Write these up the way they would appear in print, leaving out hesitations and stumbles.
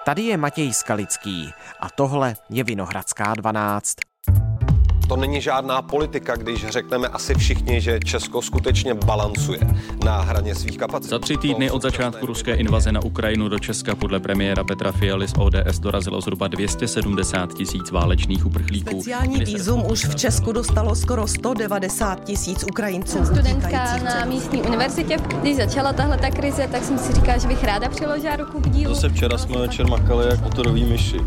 Tady je Matěj Skalický a tohle je Vinohradská 12. To není žádná politika, když řekneme asi všichni, že Česko skutečně balancuje na hraně svých kapacit. Za 3 týdny od začátku ruské invaze na Ukrajinu do Česka podle premiéra Petra Fialy z ODS dorazilo zhruba 270 000 válečných uprchlíků. Speciální vízum už v Česku dostalo skoro 190 000 Ukrajinců. Studentka na místní univerzitě. Když začala tahle ta krize, tak jsem si říkala, že bych ráda přiložila ruku k dílu. Zase včera jsme večer makali jak motorový myši.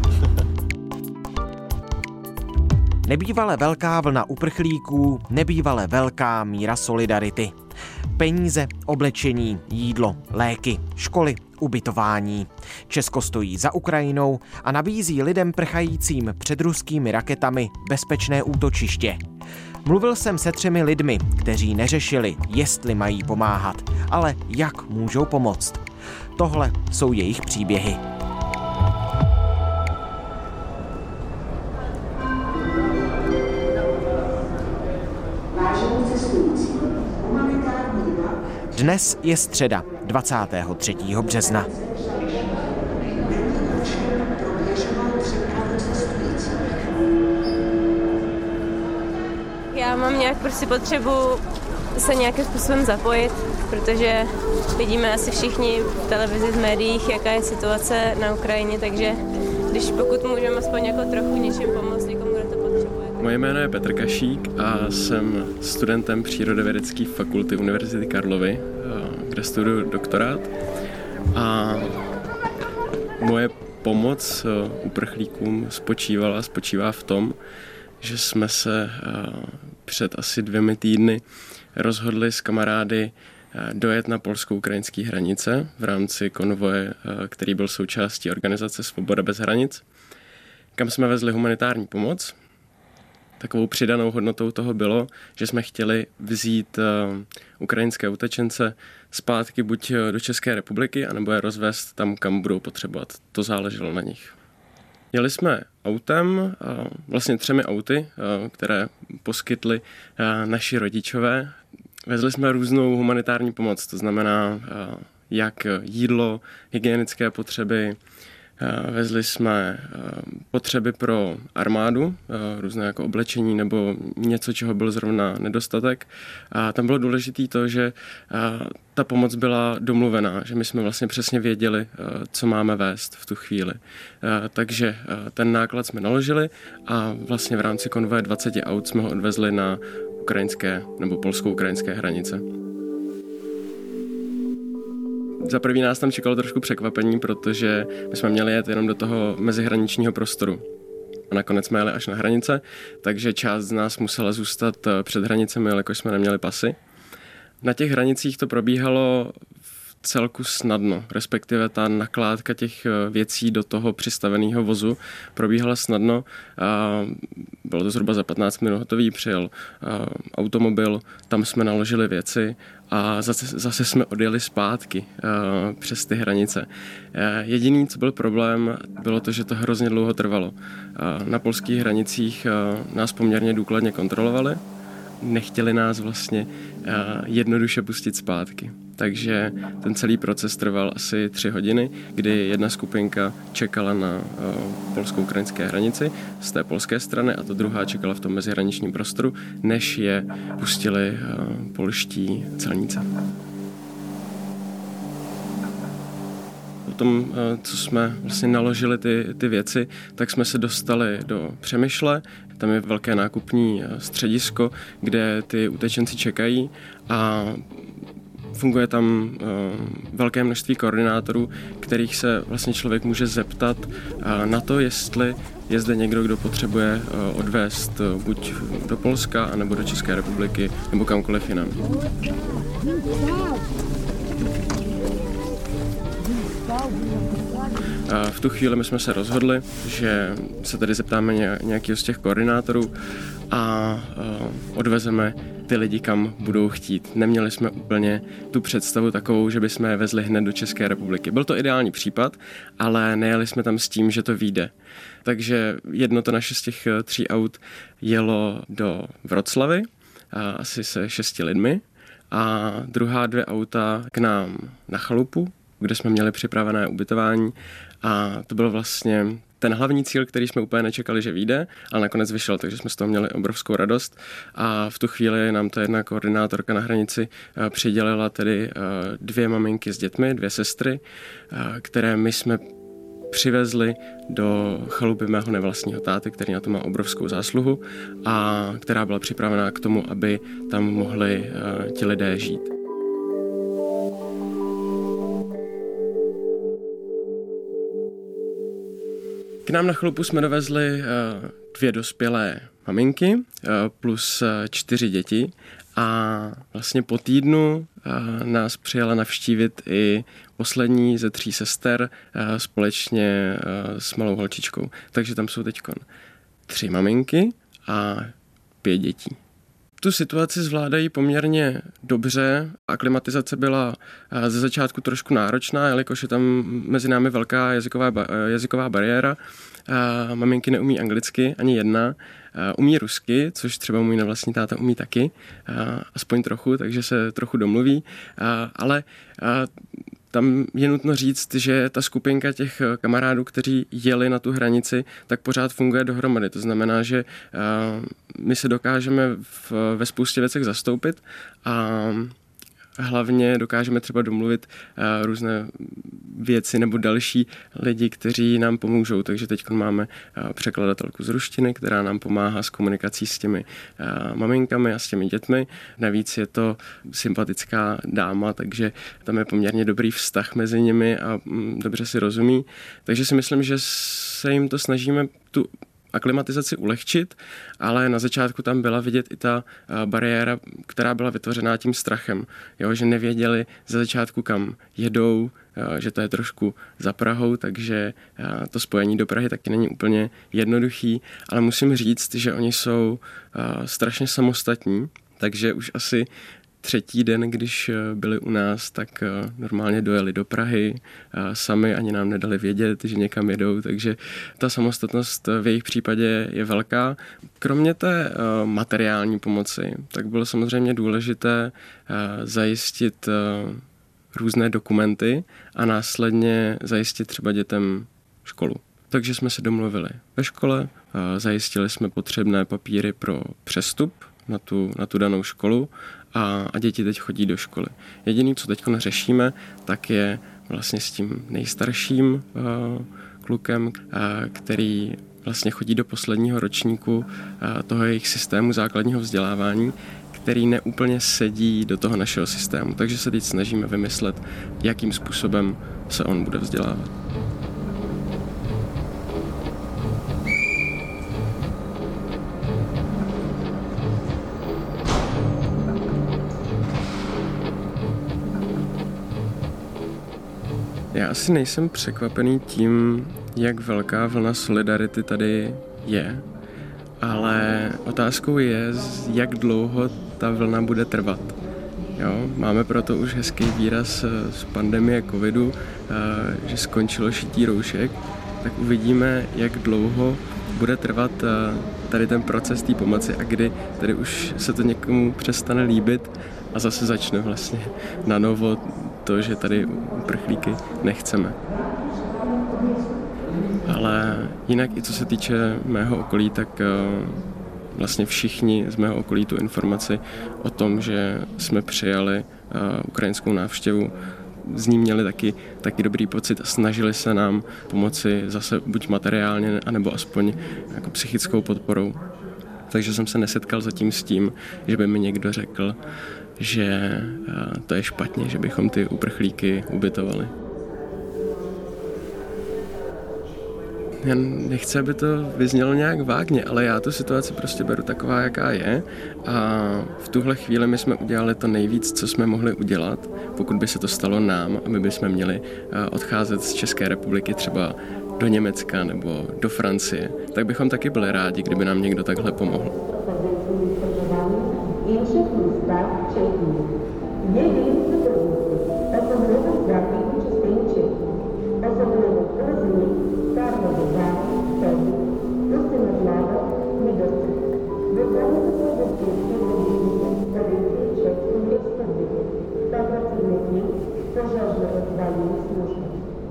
Nebývale velká vlna uprchlíků, nebývale velká míra solidarity. Peníze, oblečení, jídlo, léky, školy, ubytování. Česko stojí za Ukrajinou a nabízí lidem prchajícím před ruskými raketami bezpečné útočiště. Mluvil jsem se 3 lidmi, kteří neřešili, jestli mají pomáhat, ale jak můžou pomoct. Tohle jsou jejich příběhy. Dnes je středa, 23. března. Já mám nějak prostě potřebu se nějakým způsobem zapojit, protože vidíme asi všichni v televizi, v médiích, jaká je situace na Ukrajině, takže když pokud můžeme aspoň jako trochu něčím pomoct někomu, kdo to potřebuje. Moje jméno je Petr Kašík a jsem studentem Přírodovědecké fakulty Univerzity Karlovy, kde studuju doktorát. A moje pomoc uprchlíkům spočívá v tom, že jsme se před asi 2 týdny rozhodli s kamarády dojet na polsko-ukrajinské hranice v rámci konvoje, který byl součástí organizace Svoboda bez hranic, kam jsme vezli humanitární pomoc. Takovou přidanou hodnotou toho bylo, že jsme chtěli vzít ukrajinské utečence zpátky buď do České republiky, anebo je rozvést tam, kam budou potřebovat. To záleželo na nich. Jeli jsme autem, vlastně 3 auty, které poskytli naši rodičové. Vezli jsme různou humanitární pomoc, to znamená jak jídlo, hygienické potřeby. Vezli jsme potřeby pro armádu, různé jako oblečení nebo něco, čeho byl zrovna nedostatek. A tam bylo důležité to, že ta pomoc byla domluvená, že my jsme vlastně přesně věděli, co máme vést v tu chvíli. Takže ten náklad jsme naložili a vlastně v rámci konvoje 20 aut jsme ho odvezli na ukrajinské nebo polsko-ukrajinské hranice. Za první nás tam čekalo trošku překvapení, protože my jsme měli jet jenom do toho mezihraničního prostoru. A nakonec jsme jeli až na hranice, takže část z nás musela zůstat před hranicemi, jelikož jsme neměli pasy. Na těch hranicích to probíhalo v celku snadno, respektive ta nakládka těch věcí do toho přistaveného vozu probíhala snadno. Bylo to zhruba za 15 minut hotový, přijel automobil, tam jsme naložili věci a zase jsme odjeli zpátky přes ty hranice. Jediný, co byl problém, bylo to, že to hrozně dlouho trvalo. Na polských hranicích nás poměrně důkladně kontrolovali, nechtěli nás vlastně jednoduše pustit zpátky. Takže ten celý proces trval asi 3 hodiny, kdy jedna skupinka čekala na polsko-ukrajinské hranici z té polské strany a ta druhá čekala v tom mezihraničním prostoru, než je pustili polští celníci. Potom, co jsme vlastně naložili ty věci, tak jsme se dostali do Přemyšle. Tam je velké nákupní středisko, kde ty utečenci čekají a funguje tam velké množství koordinátorů, kterých se vlastně člověk může zeptat na to, jestli je zde někdo, kdo potřebuje odvést buď do Polska, nebo do České republiky, nebo kamkoliv jinam. V tu chvíli my jsme se rozhodli, že se tady zeptáme nějakého z těch koordinátorů a odvezeme ty lidi, kam budou chtít. Neměli jsme úplně tu představu takovou, že bychom je vezli hned do České republiky. Byl to ideální případ, ale nejeli jsme tam s tím, že to vyjde. Takže jedno to naše z těch 3 aut jelo do Vroclavy, asi se 6 lidmi, a druhá 2 auta k nám na chalupu, kde jsme měli připravené ubytování A to byl vlastně ten hlavní cíl, který jsme úplně nečekali, že vyjde, ale nakonec vyšel, takže jsme z toho měli obrovskou radost. A v tu chvíli nám ta jedna koordinátorka na hranici přidělila tedy 2 maminky s dětmi, 2 sestry, které my jsme přivezli do chalupy mého nevlastního táty, který na to má obrovskou zásluhu a která byla připravená k tomu, aby tam mohli ti lidé žít. K nám na chalupu jsme dovezli 2 dospělé maminky plus 4 děti a vlastně po týdnu nás přijala navštívit i poslední ze 3 sester společně s malou holčičkou. Takže tam jsou teď 3 maminky a 5 dětí. Tu situaci zvládají poměrně dobře. Aklimatizace byla ze začátku trošku náročná, jelikož je tam mezi námi velká jazyková bariéra. Maminky neumí anglicky, ani jedna. Umí rusky, což třeba můj nevlastní táta umí taky, aspoň trochu, takže se trochu domluví. Ale tam je nutno říct, že ta skupinka těch kamarádů, kteří jeli na tu hranici, tak pořád funguje dohromady. To znamená, že my se dokážeme ve spoustě věcech zastoupit a hlavně dokážeme třeba domluvit různé věci nebo další lidi, kteří nám pomůžou. Takže teď máme překladatelku z ruštiny, která nám pomáhá s komunikací s těmi maminkami a s těmi dětmi. Navíc je to sympatická dáma, takže tam je poměrně dobrý vztah mezi nimi a dobře si rozumí. Takže si myslím, že se jim to snažíme tu aklimatizaci ulehčit, ale na začátku tam byla vidět i ta bariéra, která byla vytvořená tím strachem, jo, že nevěděli ze začátku, kam jedou, že to je trošku za Prahou, takže to spojení do Prahy taky není úplně jednoduchý, ale musím říct, že oni jsou strašně samostatní, takže už asi 3. den, když byli u nás, tak normálně dojeli do Prahy, sami ani nám nedali vědět, že někam jedou, takže ta samostatnost v jejich případě je velká. Kromě té materiální pomoci, tak bylo samozřejmě důležité zajistit různé dokumenty a následně zajistit třeba dětem školu. Takže jsme se domluvili ve škole, zajistili jsme potřebné papíry pro přestup na tu danou školu a děti teď chodí do školy. Jediné, co teď řešíme, tak je vlastně s tím nejstarším klukem, který vlastně chodí do posledního ročníku toho jejich systému základního vzdělávání, který neúplně sedí do toho našeho systému. Takže se teď snažíme vymyslet, jakým způsobem se on bude vzdělávat. Já asi nejsem překvapený tím, jak velká vlna solidarity tady je, ale otázkou je, jak dlouho ta vlna bude trvat. Jo? Máme proto už hezký výraz z pandemie covidu, že skončilo šití roušek, tak uvidíme, jak dlouho bude trvat tady ten proces té pomoci a kdy tady už se to někomu přestane líbit a zase začne vlastně na novo to, že tady uprchlíky nechceme. Ale jinak i co se týče mého okolí, tak vlastně všichni z mého okolí tu informaci o tom, že jsme přijali ukrajinskou návštěvu, z ní měli taky dobrý pocit a snažili se nám pomoci zase buď materiálně, anebo aspoň jako psychickou podporou. Takže jsem se nesetkal zatím s tím, že by mi někdo řekl, že to je špatně, že bychom ty uprchlíky ubytovali. Já nechci, aby to vyznělo nějak vágně, ale já tu situaci prostě beru taková, jaká je a v tuhle chvíli my jsme udělali to nejvíc, co jsme mohli udělat, pokud by se to stalo nám a my bychom měli odcházet z České republiky třeba do Německa nebo do Francie, tak bychom taky byli rádi, kdyby nám někdo takhle pomohl.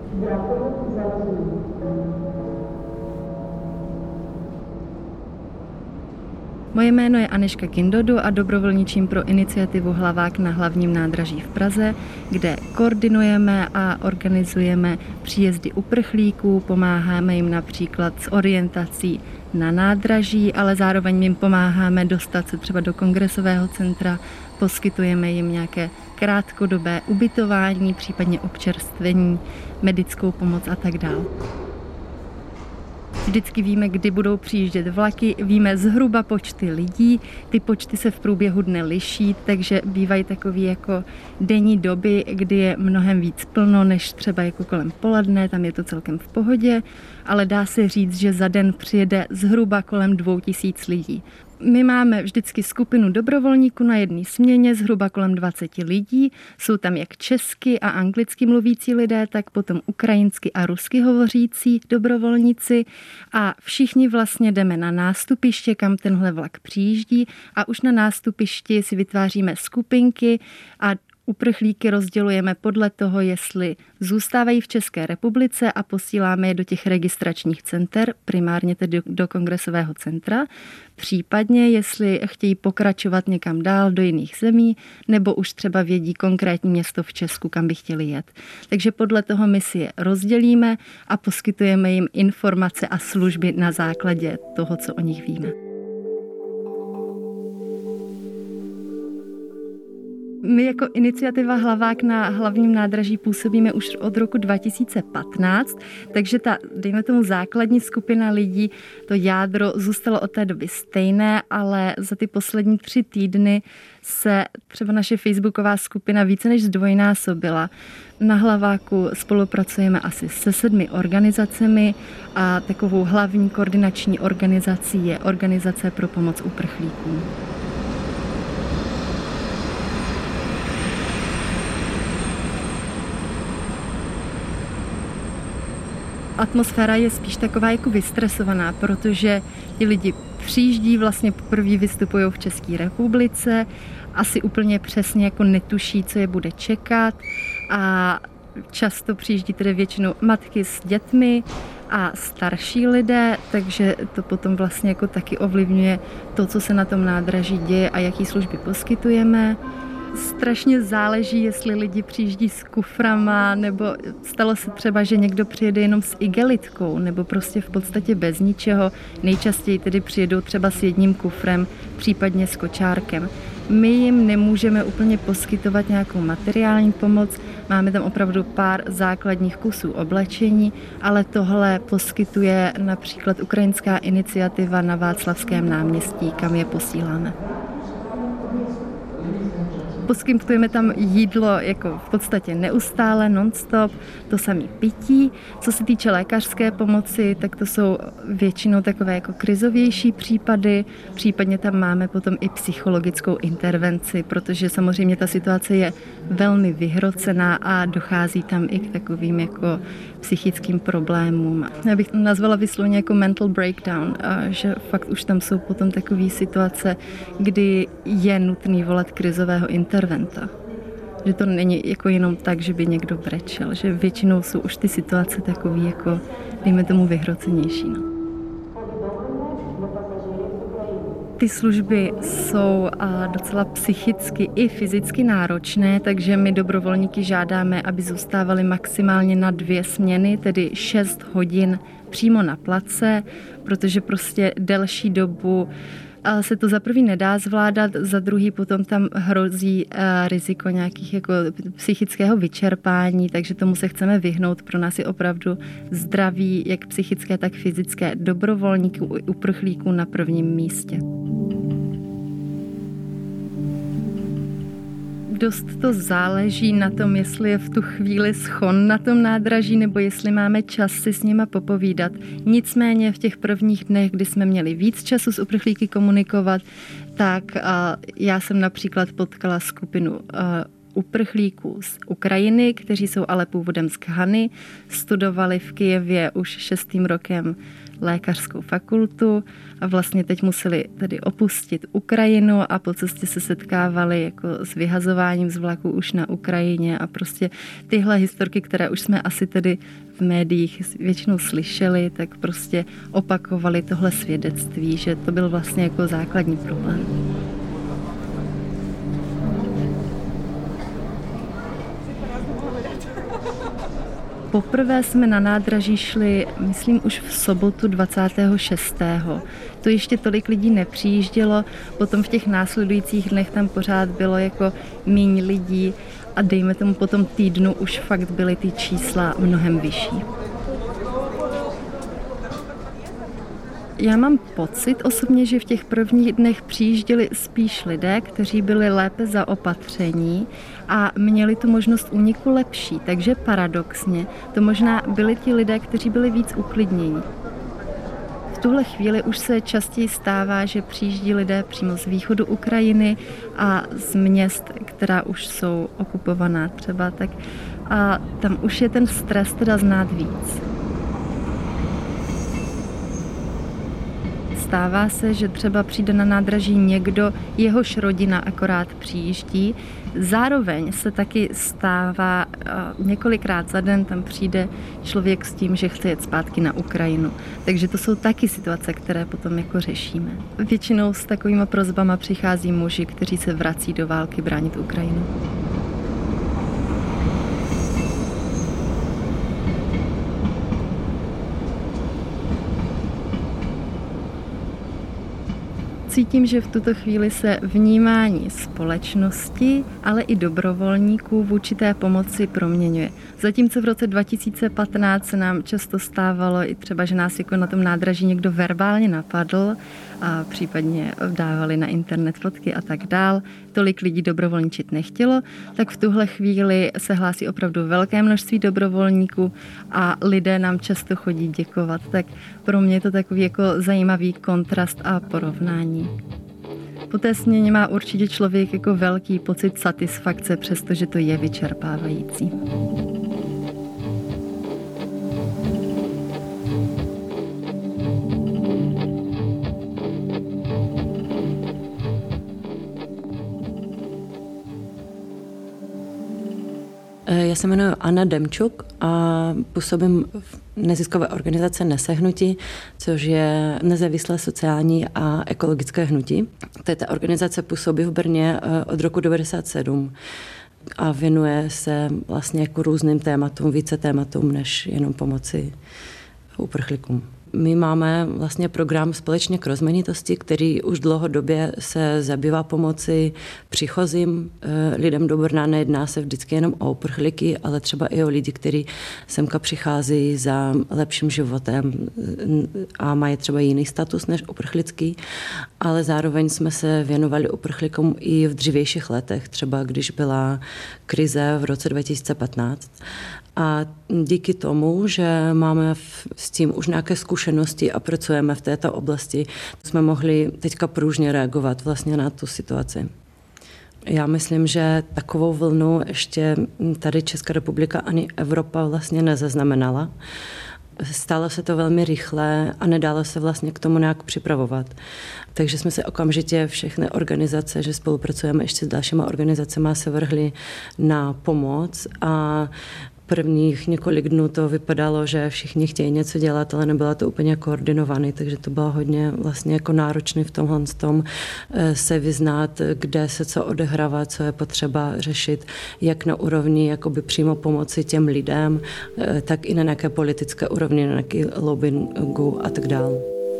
Moje jméno je Anežka Kindodu a dobrovolničím pro iniciativu Hlavák na hlavním nádraží v Praze, kde koordinujeme a organizujeme příjezdy uprchlíků, pomáháme jim například s orientací na nádraží, ale zároveň jim pomáháme dostat se třeba do kongresového centra, poskytujeme jim nějaké krátkodobé ubytování, případně občerstvení, medickou pomoc a tak dále. Vždycky víme, kdy budou přijíždět vlaky, víme zhruba počty lidí, ty počty se v průběhu dne liší, takže bývají takový jako denní doby, kdy je mnohem víc plno, než třeba jako kolem poledne, tam je to celkem v pohodě, ale dá se říct, že za den přijede zhruba kolem 2000 lidí. My máme vždycky skupinu dobrovolníků na jedné směně, zhruba kolem 20 lidí. Jsou tam jak česky a anglicky mluvící lidé, tak potom ukrajinsky a rusky hovořící dobrovolníci. A všichni vlastně jdeme na nástupiště, kam tenhle vlak přijíždí, a už na nástupišti si vytváříme skupinky a uprchlíky rozdělujeme podle toho, jestli zůstávají v České republice, a posíláme je do těch registračních center, primárně tedy do kongresového centra, případně jestli chtějí pokračovat někam dál do jiných zemí, nebo už třeba vědí konkrétní město v Česku, kam by chtěli jet. Takže podle toho my si je rozdělíme a poskytujeme jim informace a služby na základě toho, co o nich víme. My jako iniciativa Hlavák na hlavním nádraží působíme už od roku 2015, takže ta, dejme tomu, základní skupina lidí, to jádro zůstalo od té doby stejné, ale za ty poslední 3 týdny se třeba naše facebooková skupina více než zdvojnásobila. Na Hlaváku spolupracujeme asi se 7 organizacemi a takovou hlavní koordinační organizací je Organizace pro pomoc uprchlíkům. Atmosféra je spíš taková jako vystresovaná, protože ti lidi přijíždí, vlastně poprvé vystupují v České republice, asi úplně přesně jako netuší, co je bude čekat, a často přijíždí tedy většinou matky s dětmi a starší lidé, takže to potom vlastně jako taky ovlivňuje to, co se na tom nádraží děje a jaký služby poskytujeme. Strašně záleží, jestli lidi přijíždí s kuframa, nebo stalo se třeba, že někdo přijede jenom s igelitkou, nebo prostě v podstatě bez ničeho. Nejčastěji tedy přijedou třeba s jedním kufrem, případně s kočárkem. My jim nemůžeme úplně poskytovat nějakou materiální pomoc, máme tam opravdu pár základních kusů oblečení, ale tohle poskytuje například ukrajinská iniciativa na Václavském náměstí, kam je posíláme. Poskytujeme tam jídlo jako v podstatě neustále, non-stop, to samé pití. Co se týče lékařské pomoci, tak to jsou většinou takové jako krizovější případy, případně tam máme potom i psychologickou intervenci, protože samozřejmě ta situace je velmi vyhrocená a dochází tam i k takovým jako psychickým problémům. Já bych nazvala vysloveně jako mental breakdown, a že fakt už tam jsou potom takové situace, kdy je nutný volat krizového interventa. Že to není jako jenom tak, že by někdo brečel, že většinou jsou už ty situace takové jako, dejme tomu, vyhrocenější. No. Ty služby jsou docela psychicky i fyzicky náročné, takže my dobrovolníky žádáme, aby zůstávali maximálně na 2 směny, tedy 6 hodin přímo na place, protože prostě delší dobu se to za prvý nedá zvládat, za druhý potom tam hrozí riziko nějakých jako psychického vyčerpání, takže tomu se chceme vyhnout. Pro nás je opravdu zdraví, jak psychické, tak fyzické, dobrovolníků, uprchlíků na prvním místě. Dost to záleží na tom, jestli je v tu chvíli schon na tom nádraží, nebo jestli máme čas si s nima popovídat. Nicméně v těch prvních dnech, kdy jsme měli víc času s uprchlíky komunikovat, tak já jsem například potkala skupinu uprchlíků z Ukrajiny, kteří jsou ale původem z Khany, studovali v Kyjevě už 6. rokem lékařskou fakultu a vlastně teď museli tedy opustit Ukrajinu a po cestě se setkávali jako s vyhazováním z vlaku už na Ukrajině a prostě tyhle historky, které už jsme asi tedy v médiích většinou slyšeli, tak prostě opakovali tohle svědectví, že to byl vlastně jako základní problém. Poprvé jsme na nádraží šli, myslím, už v sobotu 26. To ještě tolik lidí nepřijíždělo, potom v těch následujících dnech tam pořád bylo jako míň lidí a dejme tomu po tom týdnu už fakt byly ty čísla mnohem vyšší. Já mám pocit osobně, že v těch prvních dnech přijížděli spíš lidé, kteří byli lépe zaopatření a měli tu možnost úniku lepší, takže paradoxně to možná byli ti lidé, kteří byli víc uklidnění. V tuhle chvíli už se častěji stává, že přijíždí lidé přímo z východu Ukrajiny a z měst, která už jsou okupovaná třeba, tak a tam už je ten stres teda znát víc. Stává se, že třeba přijde na nádraží někdo, jehož rodina akorát přijíždí. Zároveň se taky stává, několikrát za den tam přijde člověk s tím, že chce jet zpátky na Ukrajinu. Takže to jsou taky situace, které potom jako řešíme. Většinou s takovýma prosbama přichází muži, kteří se vrací do války bránit Ukrajinu. Cítím, že v tuto chvíli se vnímání společnosti, ale i dobrovolníků vůči té pomoci proměňuje. Zatímco v roce 2015 se nám často stávalo i třeba, že nás jako na tom nádraží někdo verbálně napadl a případně dávali na internet fotky a tak dál, tolik lidí dobrovolničit nechtělo, tak v tuhle chvíli se hlásí opravdu velké množství dobrovolníků a lidé nám často chodí děkovat. Tak pro mě je to takový jako zajímavý kontrast a porovnání. Po té směně má určitě člověk jako velký pocit satisfakce, přestože to je vyčerpávající. Já se jmenuji Anna Demčuk a působím v neziskové organizace Nesehnutí, což je nezávislé sociální a ekologické hnutí. Tato organizace působí v Brně od roku 1997 a věnuje se vlastně jako různým tématům, více tématům, než jenom pomoci uprchlíkům. My máme vlastně program Společně k rozmanitosti, který už dlouhodobě se zabývá pomoci příchozím lidem do Brna. Nejedná se vždycky jenom o uprchlíky, ale třeba i o lidi, kteří semka přichází za lepším životem a mají třeba jiný status než uprchlický, ale zároveň jsme se věnovali uprchlíkům i v dřívějších letech, třeba když byla krize v roce 2015. A díky tomu, že máme s tím už nějaké zkušenosti a pracujeme v této oblasti, jsme mohli teďka pružně reagovat vlastně na tu situaci. Já myslím, že takovou vlnu ještě tady Česká republika ani Evropa vlastně nezaznamenala. Stalo se to velmi rychle a nedalo se vlastně k tomu nějak připravovat. Takže jsme se okamžitě všechny organizace, že spolupracujeme ještě s dalšíma organizacemi, se vrhli na pomoc a prvních několik dnů to vypadalo, že všichni chtějí něco dělat, ale nebylo to úplně koordinované, takže to bylo hodně vlastně jako náročné v tomhle tom se vyznat, kde se co odehrává, co je potřeba řešit, jak na úrovni jakoby přímo pomoci těm lidem, tak i na nějaké politické úrovni, na nějaké lobbingu a tak dále.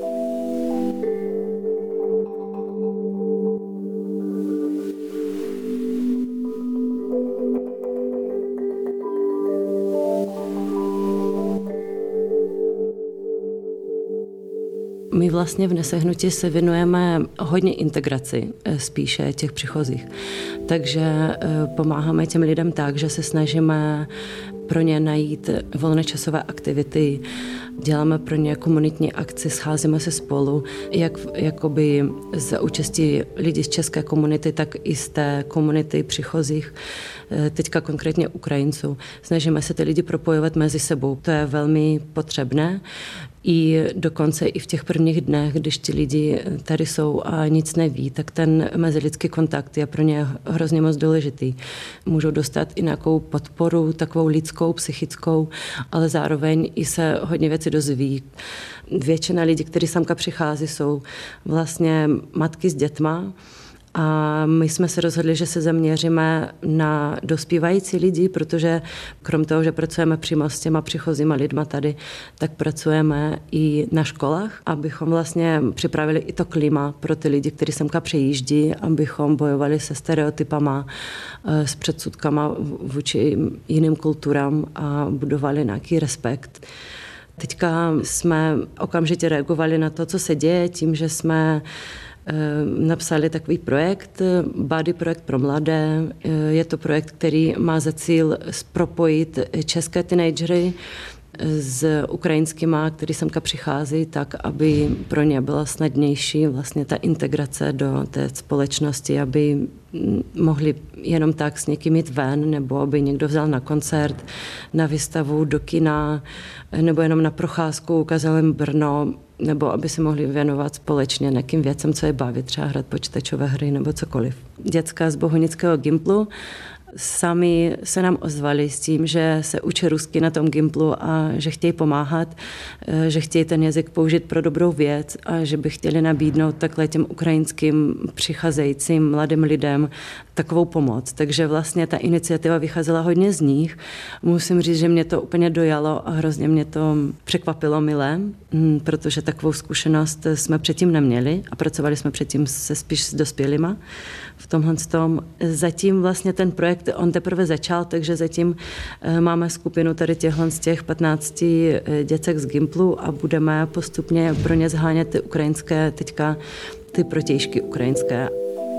My vlastně v Nesehnutí se věnujeme hodně integraci spíše těch příchozích. Takže pomáháme těm lidem tak, že se snažíme pro ně najít volnočasové aktivity, děláme pro ně komunitní akci, scházíme se spolu, jak jakoby za účastí lidí z české komunity, tak i z té komunity příchozích, teďka konkrétně Ukrajinců. Snažíme se ty lidi propojovat mezi sebou. To je velmi potřebné. I dokonce i v těch prvních dnech, když ti lidi tady jsou a nic neví, tak ten mezilidský kontakt je pro ně hrozně moc důležitý. Můžou dostat i nějakou podporu, takovou lidskou, psychickou, ale zároveň i se hodně věci dozví. Většina lidí, kteří samka přichází, jsou vlastně matky s dětma, a my jsme se rozhodli, že se zaměříme na dospívající lidi, protože krom toho, že pracujeme přímo s těma příchozíma lidma tady, tak pracujeme i na školách, abychom vlastně připravili i to klima pro ty lidi, kteří semka přijíždí, abychom bojovali se stereotypama, s předsudkama vůči jiným kulturám a budovali nějaký respekt. Teďka jsme okamžitě reagovali na to, co se děje, tím, že jsme napsali takový projekt, Body projekt pro mladé. Je to projekt, který má za cíl propojit české teenagery s ukrajinskýma, který semka přichází, tak, aby pro ně byla snadnější vlastně ta integrace do té společnosti, aby mohli jenom tak s někým jít ven, nebo aby někdo vzal na koncert, na výstavu, do kina, nebo jenom na procházku, ukázal jim Brno, nebo aby se mohli věnovat společně nějakým věcem, co je baví, třeba hrát počítačové hry nebo cokoliv. Děcka z Bohunického Gimplu sami se nám ozvali s tím, že se učí rusky na tom Gimplu a že chtějí pomáhat, že chtějí ten jazyk použít pro dobrou věc a že by chtěli nabídnout takhle těm ukrajinským přicházejícím mladým lidem takovou pomoc. Takže vlastně ta iniciativa vycházela hodně z nich. Musím říct, že mě to úplně dojalo a hrozně mě to překvapilo milé, protože takovou zkušenost jsme předtím neměli a pracovali jsme předtím spíš s dospělýma v tomhle tom. Zatím vlastně ten projekt, on teprve začal, takže zatím máme skupinu tady z těch 15 děcek z Gimplu a budeme postupně pro ně zhánět ty ukrajinské, teďka ty protějšky ukrajinské.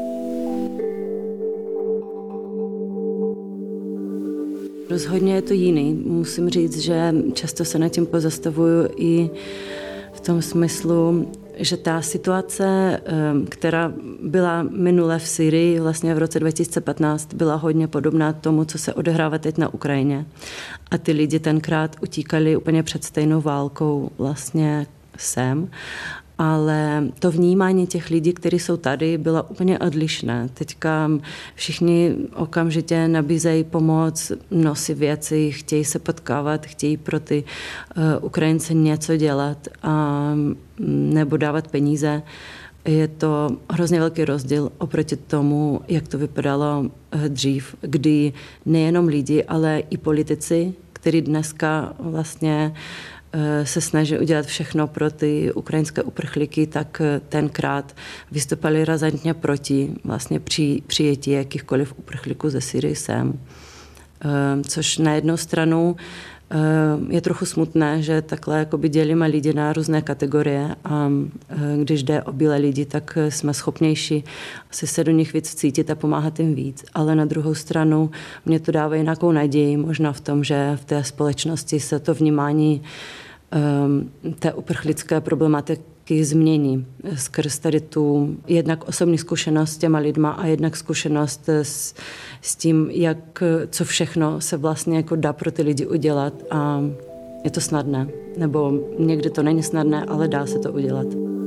Rozhodně je to jiný. Musím říct, že často se nad tím pozastavuju i v tom smyslu, že ta situace, která byla minule v Syrii, vlastně v roce 2015, byla hodně podobná tomu, co se odehrává teď na Ukrajině. A ty lidi tenkrát utíkali úplně před stejnou válkou vlastně sem. Ale to vnímání těch lidí, kteří jsou tady, bylo úplně odlišné. Teďka všichni okamžitě nabízejí pomoc, nosí věci, chtějí se potkávat, chtějí pro ty Ukrajince něco dělat a nebo dávat peníze. Je to hrozně velký rozdíl oproti tomu, jak to vypadalo dřív, kdy nejenom lidi, ale i politici, kteří dneska vlastně se snaží udělat všechno pro ty ukrajinské uprchlíky, tak tenkrát vystupovali razantně proti vlastně přijetí jakýchkoliv uprchlíků ze Syrii sem. Což na jednu stranu je trochu smutné, že takhle jakoby dělíme lidi na různé kategorie a když jde o bílé lidi, tak jsme schopnější se do nich víc cítit a pomáhat jim víc. Ale na druhou stranu mě to dává nějakou naději, možná v tom, že v té společnosti se to vnímání té uprchlické problematiky změní skrz tady tu jednak osobní zkušenost s těma lidma a jednak zkušenost s tím, co všechno se vlastně jako dá pro ty lidi udělat a je to snadné. Nebo někdy to není snadné, ale dá se to udělat.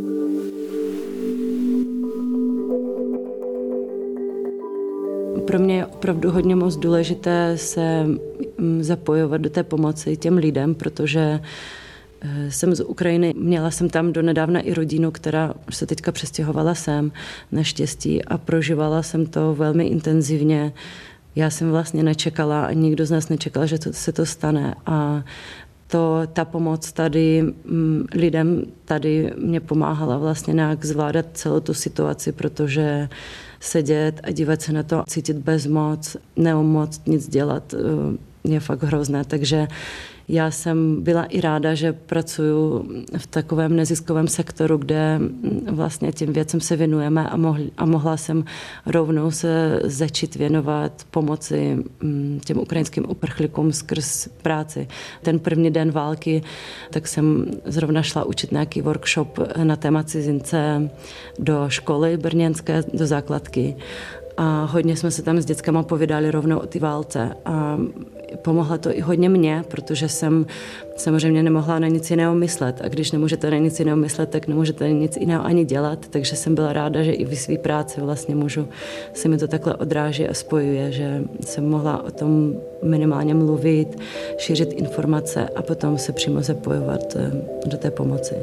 Pro mě je opravdu hodně moc důležité se zapojovat do té pomoci těm lidem, protože jsem z Ukrajiny, měla jsem tam donedávna i rodinu, která se teďka přestěhovala sem, naštěstí, a prožívala jsem to velmi intenzivně. Já jsem vlastně nečekala a nikdo z nás nečekal, že se to stane. A ta pomoc tady lidem tady mě pomáhala vlastně nějak zvládat celou tu situaci, protože sedět a dívat se na to, cítit bezmoc, neumoct nic dělat, je fakt hrozné, takže já jsem byla i ráda, že pracuji v takovém neziskovém sektoru, kde vlastně těm věcem se věnujeme a mohla jsem rovnou se začít věnovat pomoci těm ukrajinským uprchlíkům skrz práci. Ten první den války, tak jsem zrovna šla učit nějaký workshop na téma cizince do školy brněnské, do základky. A hodně jsme se tam s dětskama povídali rovnou o té válce. A pomohlo to i hodně mě, protože jsem samozřejmě nemohla na nic jiného myslet. A když nemůžete na nic jiného myslet, tak nemůžete nic jiného ani dělat. Takže jsem byla ráda, že i ve své práci vlastně se mi to takhle odráží a spojuje, že jsem mohla o tom minimálně mluvit, šířit informace a potom se přímo zapojovat do té pomoci.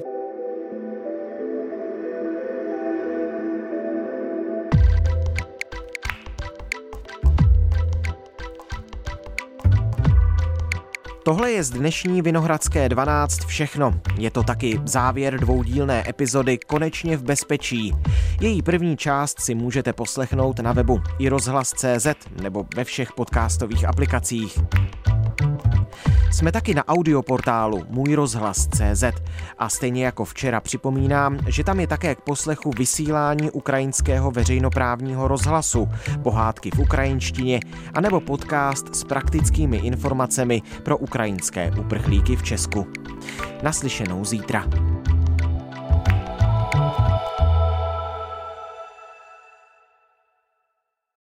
Tohle je z dnešní Vinohradské 12 všechno. Je to taky závěr dvoudílné epizody Konečně v bezpečí. Její první část si můžete poslechnout na webu iRozhlas.cz nebo ve všech podcastových aplikacích. Jsme taky na audioportálu můjrozhlas.cz a stejně jako včera připomínám, že tam je také k poslechu vysílání ukrajinského veřejnoprávního rozhlasu, pohádky v ukrajinštině anebo podcast s praktickými informacemi pro ukrajinské uprchlíky v Česku. Naslyšenou zítra.